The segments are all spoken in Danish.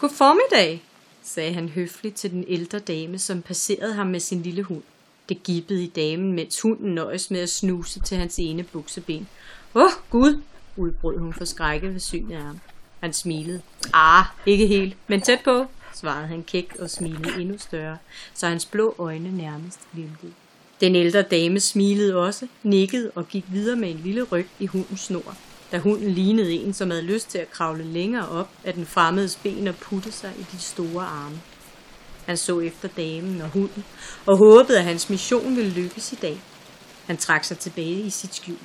God formiddag, sagde han høfligt til den ældre dame, som passerede ham med sin lille hund. Det gibbede i damen, mens hunden nøjes med at snuse til hans ene bukseben. Gud, udbrød hun forskrækket ved synet af ham. Han smilede. Ikke helt, men tæt på, svarede han kæk og smilede endnu større, så hans blå øjne nærmest glimmede. Den ældre dame smilede også, nikkede og gik videre med en lille ryg i hundens snor, da hunden lignede en, som havde lyst til at kravle længere op af den fremmedes ben og putte sig i de store arme. Han så efter damen og hunden og håbede, at hans mission ville lykkes i dag. Han trak sig tilbage i sit skjul.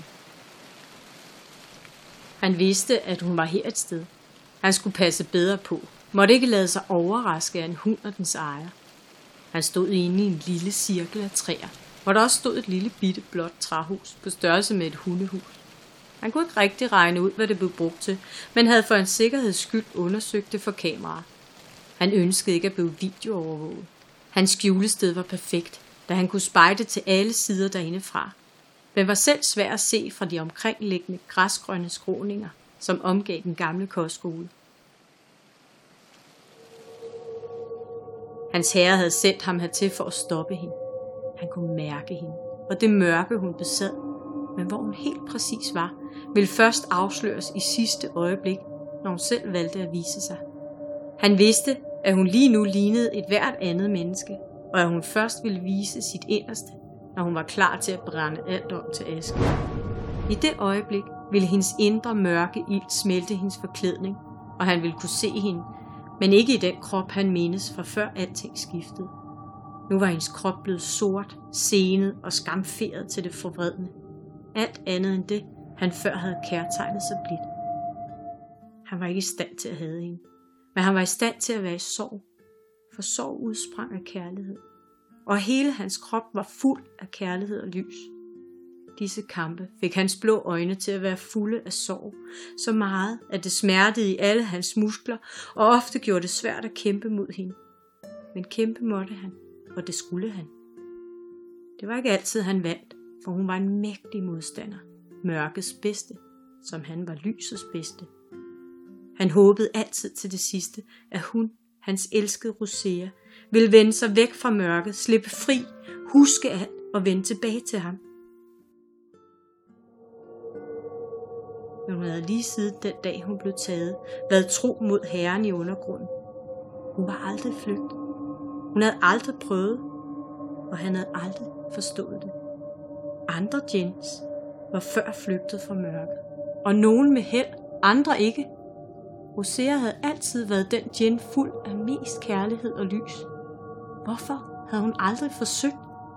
Han vidste, at hun var her et sted. Han skulle passe bedre på. Måtte ikke lade sig overraske af en hund og dens ejer. Han stod inde i en lille cirkel af træer, hvor der også stod et lille bitte blåt træhus på størrelse med et hundehus. Han kunne ikke rigtig regne ud, hvad det blev brugt til, men havde for en sikkerheds skyld undersøgt det for kameraer. Han ønskede ikke at blive videoovervåget. Hans skjulested var perfekt, da han kunne spejde til alle sider derindefra, men var selv svær at se fra de omkringliggende græsgrønne skråninger, som omgav den gamle kostskole. Hans herre havde sendt ham hertil for at stoppe hende. Han kunne mærke hende, og det mørke hun besad, men hvor hun helt præcis var, ville først afsløres i sidste øjeblik, når hun selv valgte at vise sig. Han vidste, at hun lige nu lignede et hvert andet menneske, og at hun først ville vise sit inderste, når hun var klar til at brænde alt om til aske. I det øjeblik ville hendes indre mørke ild smelte hendes forklædning, og han ville kunne se hende, men ikke i den krop, han mindes fra før alting skiftede. Nu var hendes krop blevet sort, senet og skamferet til det forvredne. Alt andet end det, han før havde kærtegnet sig blidt. Han var ikke i stand til at hade hende, men han var i stand til at være i sorg, for sorg udsprang af kærlighed, og hele hans krop var fuld af kærlighed og lys. Disse kampe fik hans blå øjne til at være fulde af sorg, så meget, at det smertede i alle hans muskler, og ofte gjorde det svært at kæmpe mod hende. Men kæmpe måtte han, og det skulle han. Det var ikke altid han vandt, for hun var en mægtig modstander, mørkets bedste, som han var lysets bedste. Han håbede altid til det sidste, at hun, hans elskede Rosea, ville vende sig væk fra mørket, slippe fri, huske alt og vende tilbage til ham. Men hun havde lige siden den dag, hun blev taget, været tro mod herren i undergrunden. Hun var aldrig flygtet. Hun havde aldrig prøvet, og han havde aldrig forstået det. Andre djinns var før flygtet fra mørket, og nogen med held, andre ikke. Rosea havde altid været den djinn fuld af mest kærlighed og lys. Hvorfor havde hun aldrig forsøgt?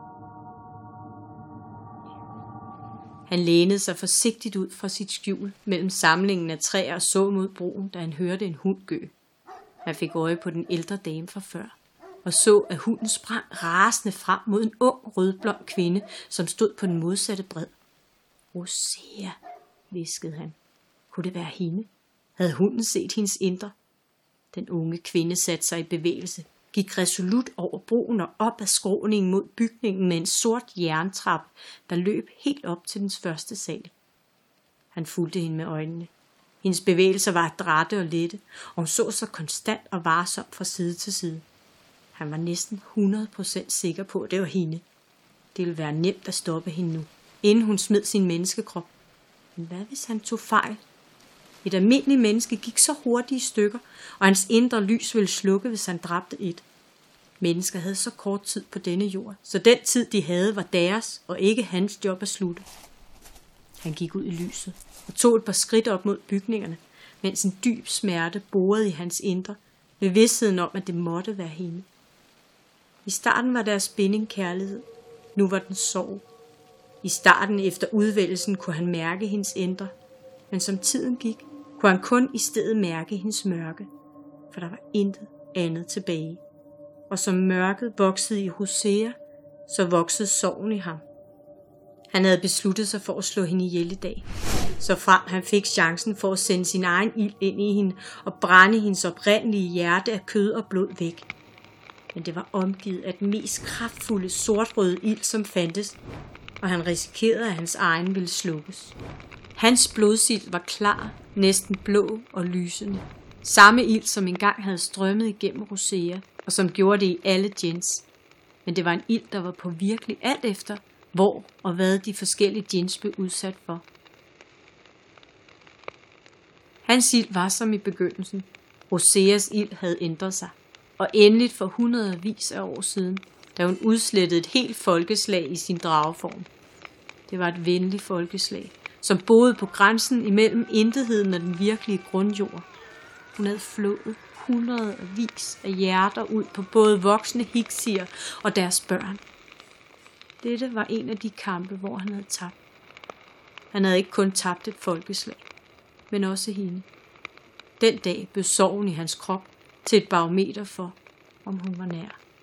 Han lænede sig forsigtigt ud fra sit skjul mellem samlingen af træer og så mod broen, da han hørte en hund gø. Han fik øje på den ældre dame fra før, og så, at hunden sprang rasende frem mod en ung rødblond kvinde, som stod på den modsatte bred. Rosea, hviskede han. Kunne det være hende? Havde hunden set hendes indre? Den unge kvinde satte sig i bevægelse, gik resolut over broen og op ad skråningen mod bygningen med en sort jerntrap, der løb helt op til dens første sal. Han fulgte hende med øjnene. Hendes bevægelser var adrætte og lette, og hun så sig konstant og varsom fra side til side. Han var næsten 100% sikker på, at det var hende. Det ville være nemt at stoppe hende nu, inden hun smed sin menneskekrop. Men hvad hvis han tog fejl? Et almindeligt menneske gik så hurtigt i stykker, og hans indre lys ville slukke, hvis han dræbte et. Mennesker havde så kort tid på denne jord, så den tid, de havde, var deres, og ikke hans job at slutte. Han gik ud i lyset og tog et par skridt op mod bygningerne, mens en dyb smerte borede i hans indre, ved vidstheden om, at det måtte være hende. I starten var deres binding kærlighed, nu var den sorg. I starten efter udvælgelsen kunne han mærke hendes indre, men som tiden gik, kunne han kun i stedet mærke hendes mørke, for der var intet andet tilbage. Og som mørket voksede i Rosea, så voksede sorgen i ham. Han havde besluttet sig for at slå hende ihjel i dag, så frem han fik chancen for at sende sin egen ild ind i hende og brænde hendes oprindelige hjerte af kød og blod væk. Men det var omgivet af den mest kraftfulde sortrøde ild, som fandtes, og han risikerede, at hans egen ville slukkes. Hans blodsild var klar, næsten blå og lysende. Samme ild, som engang havde strømmet igennem Rosea, og som gjorde det i alle djinns. Men det var en ild, der var påvirkelig alt efter, hvor og hvad de forskellige djinns blev udsat for. Hans ild var som i begyndelsen. Roseas ild havde ændret sig. Og endeligt for hundredvis af år siden, da hun udslettede et helt folkeslag i sin drageform. Det var et venligt folkeslag, som boede på grænsen imellem intetheden og den virkelige grundjord. Hun havde flået hundredvis af hjerter ud på både voksne hiksier og deres børn. Dette var en af de kampe, hvor han havde tabt. Han havde ikke kun tabt et folkeslag, men også hende. Den dag blev sorgen i hans krop til et barometer for, om hun var nær.